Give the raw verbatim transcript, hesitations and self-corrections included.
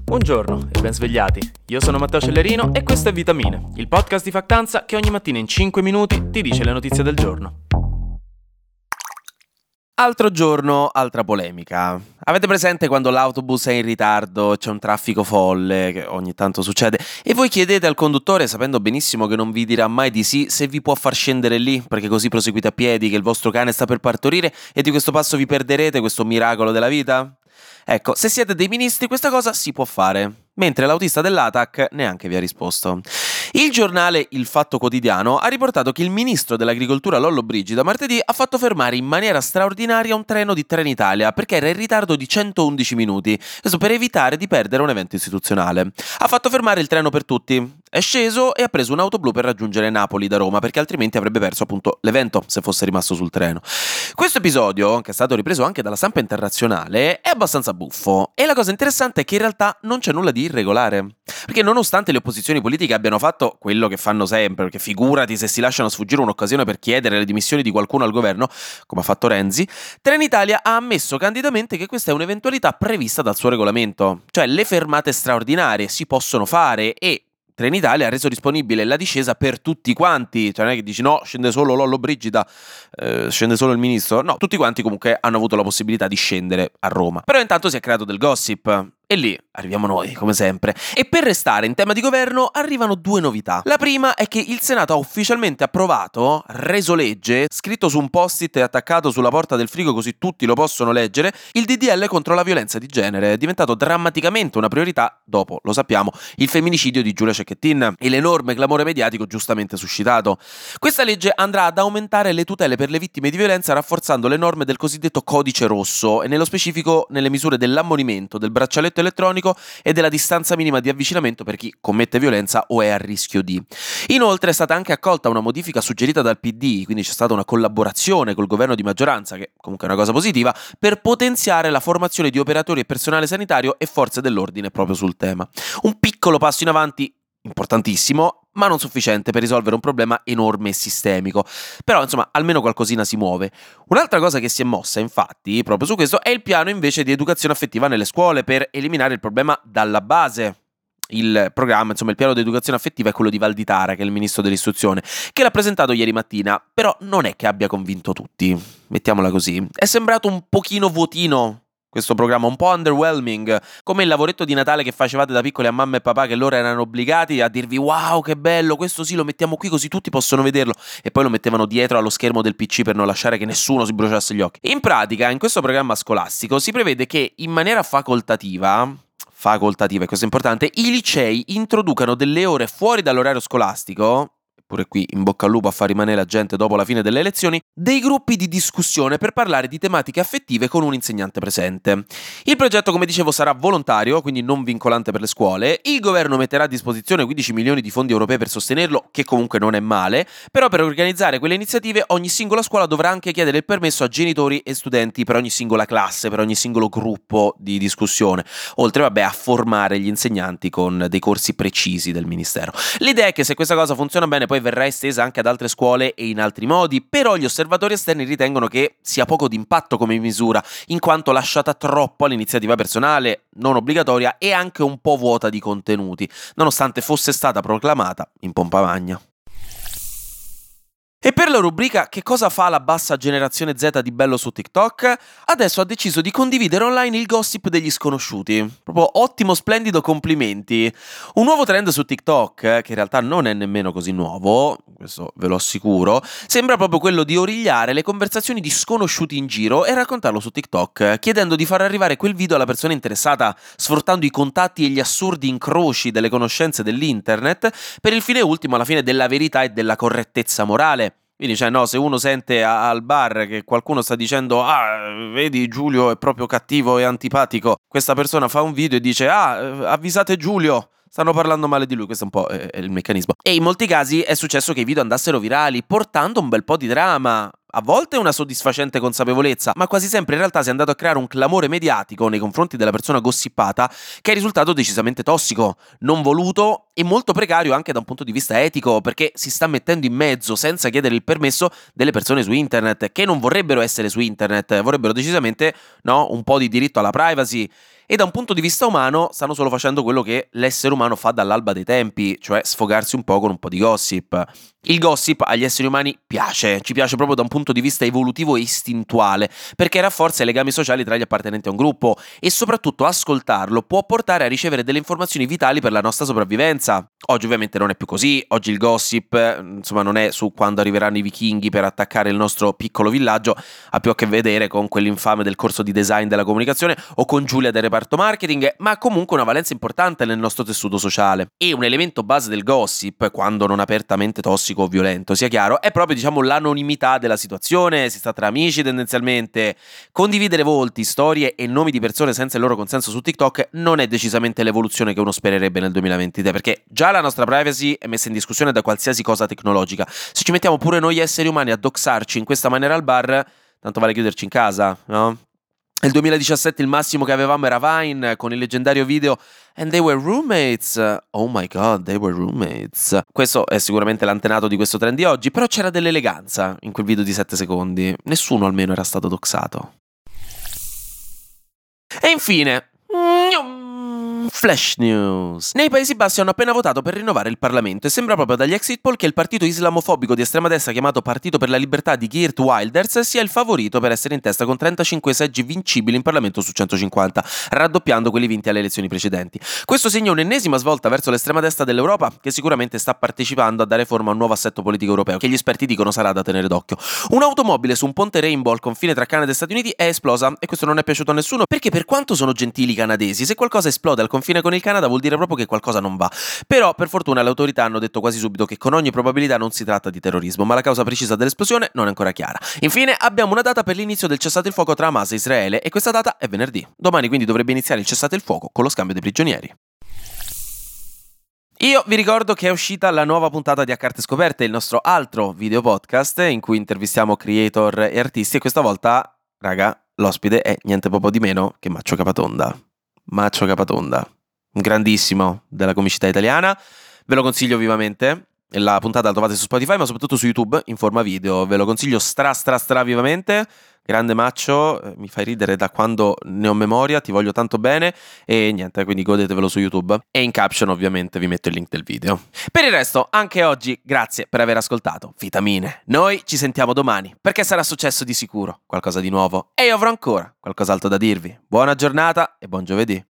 Buongiorno e ben svegliati. Io sono Matteo Cellerino e questo è Vitamine, il podcast di Factanza che ogni mattina in cinque minuti ti dice le notizie del giorno. Altro giorno, altra polemica. Avete presente quando l'autobus è in ritardo, c'è un traffico folle, che ogni tanto succede, e voi chiedete al conduttore, sapendo benissimo che non vi dirà mai di sì, se vi può far scendere lì, perché così proseguite a piedi, che il vostro cane sta per partorire e di questo passo vi perderete questo miracolo della vita? Ecco, se siete dei ministri questa cosa si può fare, mentre l'autista dell'A T A C neanche vi ha risposto. Il giornale Il Fatto Quotidiano ha riportato che il ministro dell'agricoltura Lollobrigida martedì ha fatto fermare in maniera straordinaria un treno di Trenitalia perché era in ritardo di centoundici minuti, questo per evitare di perdere un evento istituzionale. Ha fatto fermare il treno per tutti, è sceso e ha preso un'auto blu per raggiungere Napoli da Roma perché altrimenti avrebbe perso appunto l'evento se fosse rimasto sul treno. Questo episodio, che è stato ripreso anche dalla stampa internazionale, è abbastanza buffo e la cosa interessante è che in realtà non c'è nulla di irregolare, perché nonostante le opposizioni politiche abbiano fatto quello che fanno sempre, perché figurati se si lasciano sfuggire un'occasione per chiedere le dimissioni di qualcuno al governo, come ha fatto Renzi, Trenitalia ha ammesso candidamente che questa è un'eventualità prevista dal suo regolamento, cioè le fermate straordinarie si possono fare e Trenitalia ha reso disponibile la discesa per tutti quanti, cioè non è che dici no, scende solo Lollobrigida, eh, scende solo il ministro, no, tutti quanti comunque hanno avuto la possibilità di scendere a Roma. Però intanto si è creato del gossip. E lì arriviamo noi, come sempre. E per restare in tema di governo arrivano due novità. La prima è che il Senato ha ufficialmente approvato, reso legge, scritto su un post-it e attaccato sulla porta del frigo così tutti lo possono leggere, il D D L contro la violenza di genere. È diventato drammaticamente una priorità dopo, lo sappiamo, il femminicidio di Giulia Cecchettin e l'enorme clamore mediatico giustamente suscitato. Questa legge andrà ad aumentare le tutele per le vittime di violenza rafforzando le norme del cosiddetto codice rosso e nello specifico nelle misure dell'ammonimento, del braccialetto elettronico e della distanza minima di avvicinamento per chi commette violenza o è a rischio di. Inoltre è stata anche accolta una modifica suggerita dal P D, quindi c'è stata una collaborazione col governo di maggioranza, che comunque è una cosa positiva, per potenziare la formazione di operatori e personale sanitario e forze dell'ordine proprio sul tema. Un piccolo passo in avanti importantissimo, ma non sufficiente per risolvere un problema enorme e sistemico. Però, insomma, almeno qualcosina si muove. Un'altra cosa che si è mossa, infatti, proprio su questo, è il piano invece di educazione affettiva nelle scuole per eliminare il problema dalla base. Il programma, insomma, il piano di educazione affettiva è quello di Valditara, che è il ministro dell'istruzione, che l'ha presentato ieri mattina, però non è che abbia convinto tutti, mettiamola così. È sembrato un pochino vuotino questo programma, un po' underwhelming, come il lavoretto di Natale che facevate da piccoli a mamma e papà che loro erano obbligati a dirvi wow che bello, questo sì lo mettiamo qui così tutti possono vederlo e poi lo mettevano dietro allo schermo del P C per non lasciare che nessuno si bruciasse gli occhi. In pratica in questo programma scolastico si prevede che in maniera facoltativa facoltativa, e questo è importante, i licei introducano delle ore fuori dall'orario scolastico, pure qui in bocca al lupo a far rimanere la gente dopo la fine delle elezioni, dei gruppi di discussione per parlare di tematiche affettive con un insegnante presente. Il progetto, come dicevo, sarà volontario, quindi non vincolante per le scuole. Il governo metterà a disposizione quindici milioni di fondi europei per sostenerlo, che comunque non è male, però per organizzare quelle iniziative ogni singola scuola dovrà anche chiedere il permesso a genitori e studenti per ogni singola classe, per ogni singolo gruppo di discussione, oltre vabbè a formare gli insegnanti con dei corsi precisi del ministero. L'idea è che se questa cosa funziona bene poi verrà estesa anche ad altre scuole e in altri modi, però gli osservatori esterni ritengono che sia poco d'impatto come misura, in quanto lasciata troppo all'iniziativa personale, non obbligatoria e anche un po' vuota di contenuti, nonostante fosse stata proclamata in pompa magna. E per la rubrica Che cosa fa la bassa generazione Z di bello su TikTok? Adesso ha deciso di condividere online il gossip degli sconosciuti. Proprio ottimo, splendido, complimenti. Un nuovo trend su TikTok, che in realtà non è nemmeno così nuovo, questo ve lo assicuro, sembra proprio quello di origliare le conversazioni di sconosciuti in giro e raccontarlo su TikTok, chiedendo di far arrivare quel video alla persona interessata, sfruttando i contatti e gli assurdi incroci delle conoscenze dell'internet, per il fine ultimo alla fine della verità e della correttezza morale. Quindi, cioè, no, se uno sente a- al bar che qualcuno sta dicendo ah, vedi Giulio è proprio cattivo e antipatico, questa persona fa un video e dice ah, eh, avvisate Giulio, stanno parlando male di lui, questo è un po' è, è il meccanismo. E in molti casi è successo che i video andassero virali, portando un bel po' di drama. A volte una soddisfacente consapevolezza, ma quasi sempre in realtà si è andato a creare un clamore mediatico nei confronti della persona gossipata che è risultato decisamente tossico, non voluto e molto precario anche da un punto di vista etico, perché si sta mettendo in mezzo senza chiedere il permesso delle persone su internet che non vorrebbero essere su internet, vorrebbero decisamente, no, un po' di diritto alla privacy. e da un punto di vista umano stanno solo facendo quello che l'essere umano fa dall'alba dei tempi, cioè sfogarsi un po' con un po' di gossip. Il gossip agli esseri umani piace, ci piace proprio da un punto di vista evolutivo e istintuale, perché rafforza i legami sociali tra gli appartenenti a un gruppo e soprattutto ascoltarlo può portare a ricevere delle informazioni vitali per la nostra sopravvivenza. Oggi ovviamente non è più così, oggi il gossip, insomma, non è su quando arriveranno i vichinghi per attaccare il nostro piccolo villaggio, ha più a che vedere con quell'infame del corso di design della comunicazione o con Giulia del reparto marketing, ma ha comunque una valenza importante nel nostro tessuto sociale. E un elemento base del gossip, quando non apertamente tossico o violento, sia chiaro, è proprio, diciamo, l'anonimità della situazione, si sta tra amici tendenzialmente. Condividere volti, storie e nomi di persone senza il loro consenso su TikTok non è decisamente l'evoluzione che uno spererebbe nel duemilaventitré, perché già la nostra privacy è messa in discussione da qualsiasi cosa tecnologica. Se ci mettiamo pure noi esseri umani a doxarci in questa maniera al bar, tanto vale chiuderci in casa, no? Nel duemiladiciassette il massimo che avevamo era Vine con il leggendario video And they were roommates. Oh my god, they were roommates. Questo è sicuramente l'antenato di questo trend di oggi, però c'era dell'eleganza in quel video di sette secondi. Nessuno almeno era stato doxato. E infine, flash news. Nei Paesi Bassi hanno appena votato per rinnovare il Parlamento e sembra proprio dagli exit poll che il partito islamofobico di estrema destra chiamato Partito per la Libertà di Geert Wilders sia il favorito per essere in testa con trentacinque seggi vincibili in Parlamento su centocinquanta, raddoppiando quelli vinti alle elezioni precedenti. Questo segna un'ennesima svolta verso l'estrema destra dell'Europa, che sicuramente sta partecipando a dare forma a un nuovo assetto politico europeo, che gli esperti dicono sarà da tenere d'occhio. Un'automobile su un ponte Rainbow al confine tra Canada e Stati Uniti è esplosa e questo non è piaciuto a nessuno, perché per quanto sono gentili i canadesi, se qualcosa esplode al confine con il Canada vuol dire proprio che qualcosa non va. Però per fortuna le autorità hanno detto quasi subito che con ogni probabilità non si tratta di terrorismo, ma la causa precisa dell'esplosione non è ancora chiara. Infine abbiamo una data per l'inizio del cessate il fuoco tra Hamas e Israele e questa data è venerdì. Domani quindi dovrebbe iniziare il cessate il fuoco con lo scambio dei prigionieri. Io vi ricordo che è uscita la nuova puntata di A Carte Scoperte, il nostro altro video podcast in cui intervistiamo creator e artisti, e questa volta, raga, l'ospite è niente proprio di meno che Maccio Capatonda. Maccio Capatonda, grandissimo della comicità italiana, ve lo consiglio vivamente. La puntata la trovate su Spotify ma soprattutto su YouTube in forma video, ve lo consiglio stra stra stra vivamente. Grande Maccio, mi fai ridere da quando ne ho memoria, ti voglio tanto bene e niente, quindi godetevelo su YouTube e in caption ovviamente vi metto il link del video. Per il resto, anche oggi grazie per aver ascoltato Vitamine. Noi ci sentiamo domani perché sarà successo di sicuro qualcosa di nuovo e io avrò ancora qualcos'altro da dirvi. Buona giornata e buon giovedì.